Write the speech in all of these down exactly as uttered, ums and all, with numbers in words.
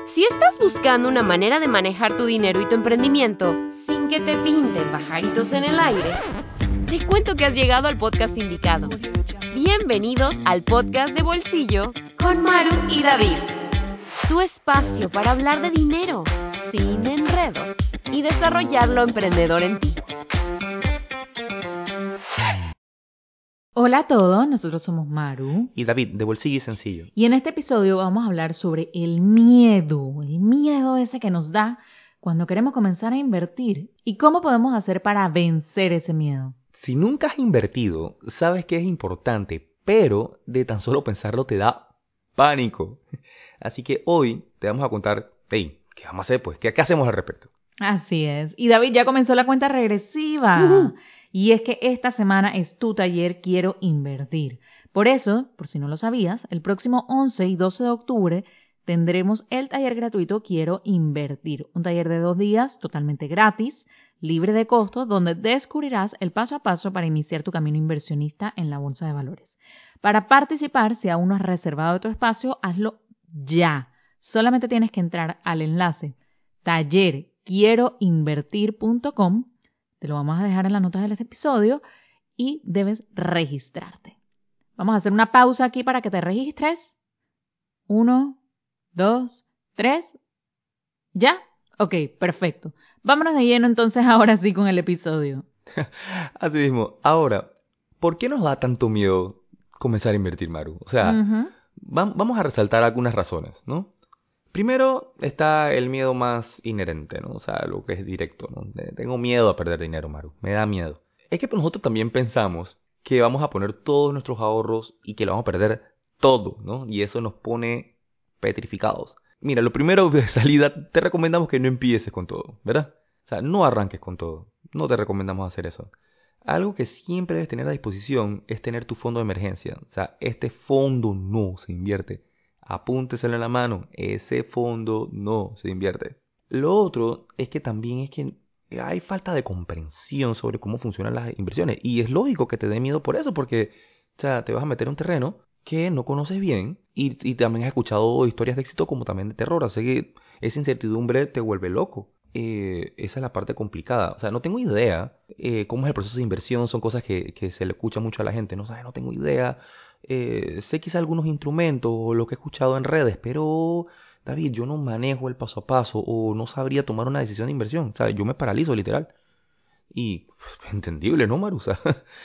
Si estás buscando una manera de manejar tu dinero y tu emprendimiento sin que te pinten pajaritos en el aire, te cuento que has llegado al podcast indicado. Bienvenidos al podcast de Bolsillo con Maru y David. Tu espacio para hablar de dinero sin enredos y desarrollar lo emprendedor en ti. Hola a todos, nosotros somos Maru y David, de Bolsillo y Sencillo. Y en este episodio vamos a hablar sobre el miedo, el miedo ese que nos da cuando queremos comenzar a invertir y cómo podemos hacer para vencer ese miedo. Si nunca has invertido, sabes que es importante, pero de tan solo pensarlo te da pánico. Así que hoy te vamos a contar, hey, ¿qué vamos a hacer pues? ¿Qué, qué hacemos al respecto? Así es. Y David ya comenzó la cuenta regresiva. Uh-huh. Y es que esta semana es tu taller Quiero Invertir. Por eso, por si no lo sabías, el próximo once y doce de octubre tendremos el taller gratuito Quiero Invertir. Un taller de dos días totalmente gratis, libre de costo, donde descubrirás el paso a paso para iniciar tu camino inversionista en la bolsa de valores. Para participar, si aún no has reservado tu espacio, hazlo ya. Solamente tienes que entrar al enlace taller quiero invertir punto com. Te lo vamos a dejar en las notas de este episodio y debes registrarte. Vamos a hacer una pausa aquí para que te registres. Uno, dos, tres. ¿Ya? Ok, perfecto. Vámonos de lleno entonces ahora sí con el episodio. Así mismo. Ahora, ¿por qué nos da tanto miedo comenzar a invertir, Maru? O sea, uh-huh. va- vamos a resaltar algunas razones, ¿no? Primero está el miedo más inherente, ¿no? O sea, lo que es directo, ¿no? Tengo miedo a perder dinero, Maru. Me da miedo. Es que nosotros también pensamos que vamos a poner todos nuestros ahorros y que lo vamos a perder todo, ¿no? Y eso nos pone petrificados. Mira, lo primero de salida, te recomendamos que no empieces con todo, ¿verdad? O sea, no arranques con todo. No te recomendamos hacer eso. Algo que siempre debes tener a disposición es tener tu fondo de emergencia. O sea, este fondo no se invierte. Apúnteselo en la mano, ese fondo no se invierte. Lo otro es que también es que hay falta de comprensión sobre cómo funcionan las inversiones. Y es lógico que te dé miedo por eso, porque o sea, te vas a meter en un terreno que no conoces bien y, y también has escuchado historias de éxito como también de terror. Así que esa incertidumbre te vuelve loco. Eh, esa es la parte complicada. O sea, no tengo idea eh, cómo es el proceso de inversión. Son cosas que, que se le escucha mucho a la gente. No sabes, no tengo idea. Eh, sé quizá algunos instrumentos o lo que he escuchado en redes, pero David, yo no manejo el paso a paso o no sabría tomar una decisión de inversión. O sea, yo me paralizo literal. Y pues, entendible, ¿no, Marusa?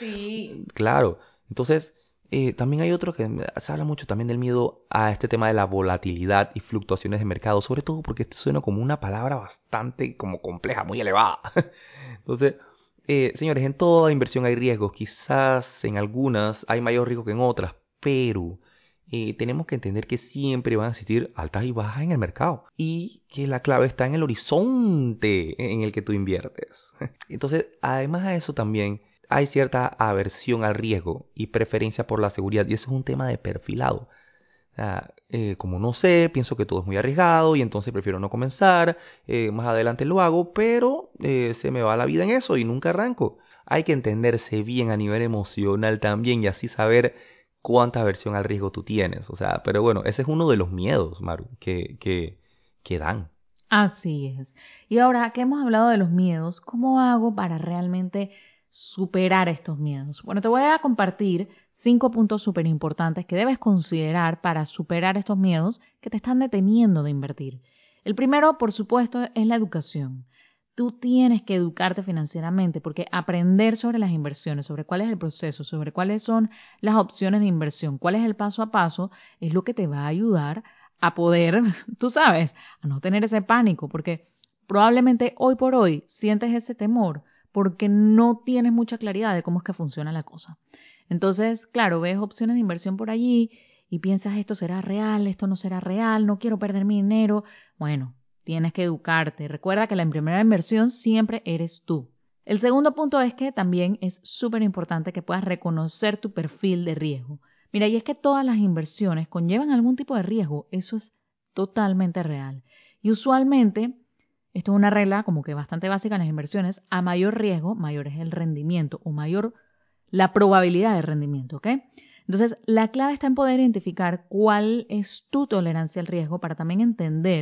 Sí. Claro. Entonces, eh, también hay otro que se habla mucho también del miedo a este tema de la volatilidad y fluctuaciones de mercado, sobre todo porque esto suena como una palabra bastante como compleja, muy elevada. Entonces, eh, señores, en toda inversión hay riesgos, quizás en algunas hay mayor riesgo que en otras, pero eh, tenemos que entender que siempre van a existir altas y bajas en el mercado y que la clave está en el horizonte en el que tú inviertes. Entonces, además de eso también hay cierta aversión al riesgo y preferencia por la seguridad, y eso es un tema de perfilado. O sea, eh, como no sé, pienso que todo es muy arriesgado y entonces prefiero no comenzar, eh, más adelante lo hago, pero eh, se me va la vida en eso y nunca arranco. Hay que entenderse bien a nivel emocional también y así saber cuánta aversión al riesgo tú tienes. O sea, pero bueno, ese es uno de los miedos, Maru, que, que, que dan. Así es. Y ahora que hemos hablado de los miedos, ¿cómo hago para realmente superar estos miedos? Bueno, te voy a compartir cinco puntos súper importantes que debes considerar para superar estos miedos que te están deteniendo de invertir. El primero, por supuesto, es la educación. Tú tienes que educarte financieramente porque aprender sobre las inversiones, sobre cuál es el proceso, sobre cuáles son las opciones de inversión, cuál es el paso a paso, es lo que te va a ayudar a poder, tú sabes, a no tener ese pánico, porque probablemente hoy por hoy sientes ese temor porque no tienes mucha claridad de cómo es que funciona la cosa. Entonces, claro, ves opciones de inversión por allí y piensas, esto será real, esto no será real, no quiero perder mi dinero. Bueno, tienes que educarte. Recuerda que la primera inversión siempre eres tú. El segundo punto es que también es súper importante que puedas reconocer tu perfil de riesgo. Mira, y es que todas las inversiones conllevan algún tipo de riesgo, eso es totalmente real. Y usualmente, esto es una regla como que bastante básica en las inversiones, a mayor riesgo, mayor es el rendimiento o mayor la probabilidad de rendimiento, ¿ok? Entonces, la clave está en poder identificar cuál es tu tolerancia al riesgo para también entender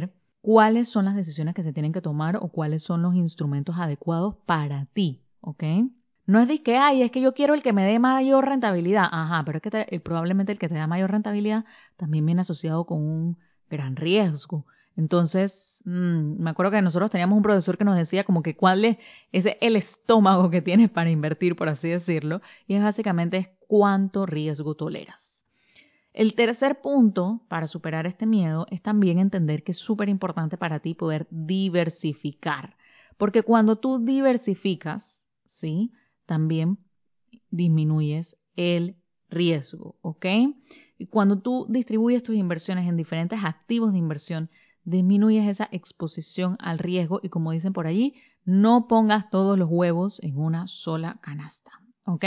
cuáles son las decisiones que se tienen que tomar o cuáles son los instrumentos adecuados para ti, ¿ok? No es de que, ay, es que yo quiero el que me dé mayor rentabilidad. Ajá, pero es que te, probablemente el que te da mayor rentabilidad también viene asociado con un gran riesgo. Entonces, mmm, me acuerdo que nosotros teníamos un profesor que nos decía como que cuál es ese el estómago que tienes para invertir, por así decirlo, y es básicamente es cuánto riesgo toleras. El tercer punto para superar este miedo es también entender que es súper importante para ti poder diversificar. Porque cuando tú diversificas, ¿sí?, también disminuyes el riesgo, ¿ok? Y cuando tú distribuyes tus inversiones en diferentes activos de inversión, disminuyes esa exposición al riesgo y, como dicen por allí, no pongas todos los huevos en una sola canasta, ¿ok?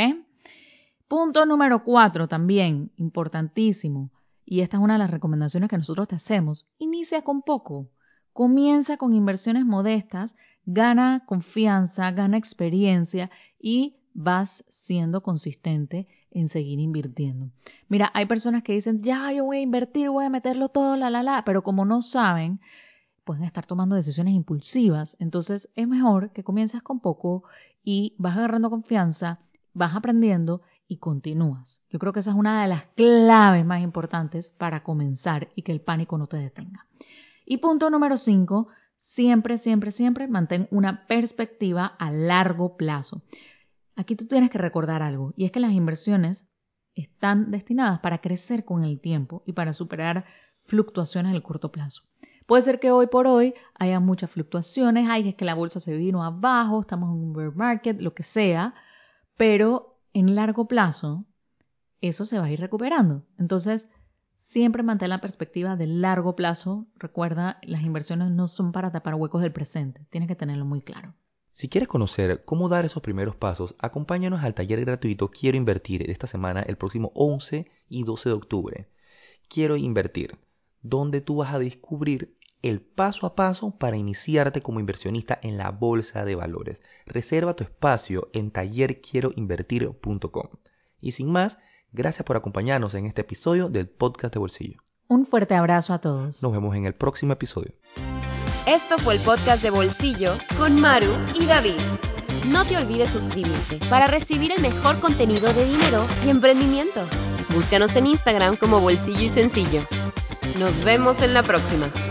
Punto número cuatro, también importantísimo, y esta es una de las recomendaciones que nosotros te hacemos. Inicia con poco, comienza con inversiones modestas, gana confianza, gana experiencia y vas siendo consistente en seguir invirtiendo. Mira, hay personas que dicen, ya, yo voy a invertir, voy a meterlo todo, la, la, la, pero como no saben, pueden estar tomando decisiones impulsivas. Entonces, es mejor que comiences con poco y vas agarrando confianza, vas aprendiendo y continúas. Yo creo que esa es una de las claves más importantes para comenzar y que el pánico no te detenga. Y punto número cinco, siempre, siempre, siempre mantén una perspectiva a largo plazo. Aquí tú tienes que recordar algo, y es que las inversiones están destinadas para crecer con el tiempo y para superar fluctuaciones en el corto plazo. Puede ser que hoy por hoy haya muchas fluctuaciones, ay, es que la bolsa se vino abajo, estamos en un bear market, lo que sea, pero en largo plazo eso se va a ir recuperando. Entonces, siempre mantén la perspectiva de largo plazo. Recuerda, las inversiones no son para tapar huecos del presente, tienes que tenerlo muy claro. Si quieres conocer cómo dar esos primeros pasos, acompáñanos al taller gratuito Quiero Invertir de esta semana, el próximo once y doce de octubre. Quiero Invertir, donde tú vas a descubrir el paso a paso para iniciarte como inversionista en la bolsa de valores. Reserva tu espacio en taller quiero invertir punto com. Y sin más, gracias por acompañarnos en este episodio del podcast de Bolsillo. Un fuerte abrazo a todos. Nos vemos en el próximo episodio. Esto fue el podcast de Bolsillo con Maru y David. No te olvides suscribirte para recibir el mejor contenido de dinero y emprendimiento. Búscanos en Instagram como Bolsillo y Sencillo. Nos vemos en la próxima.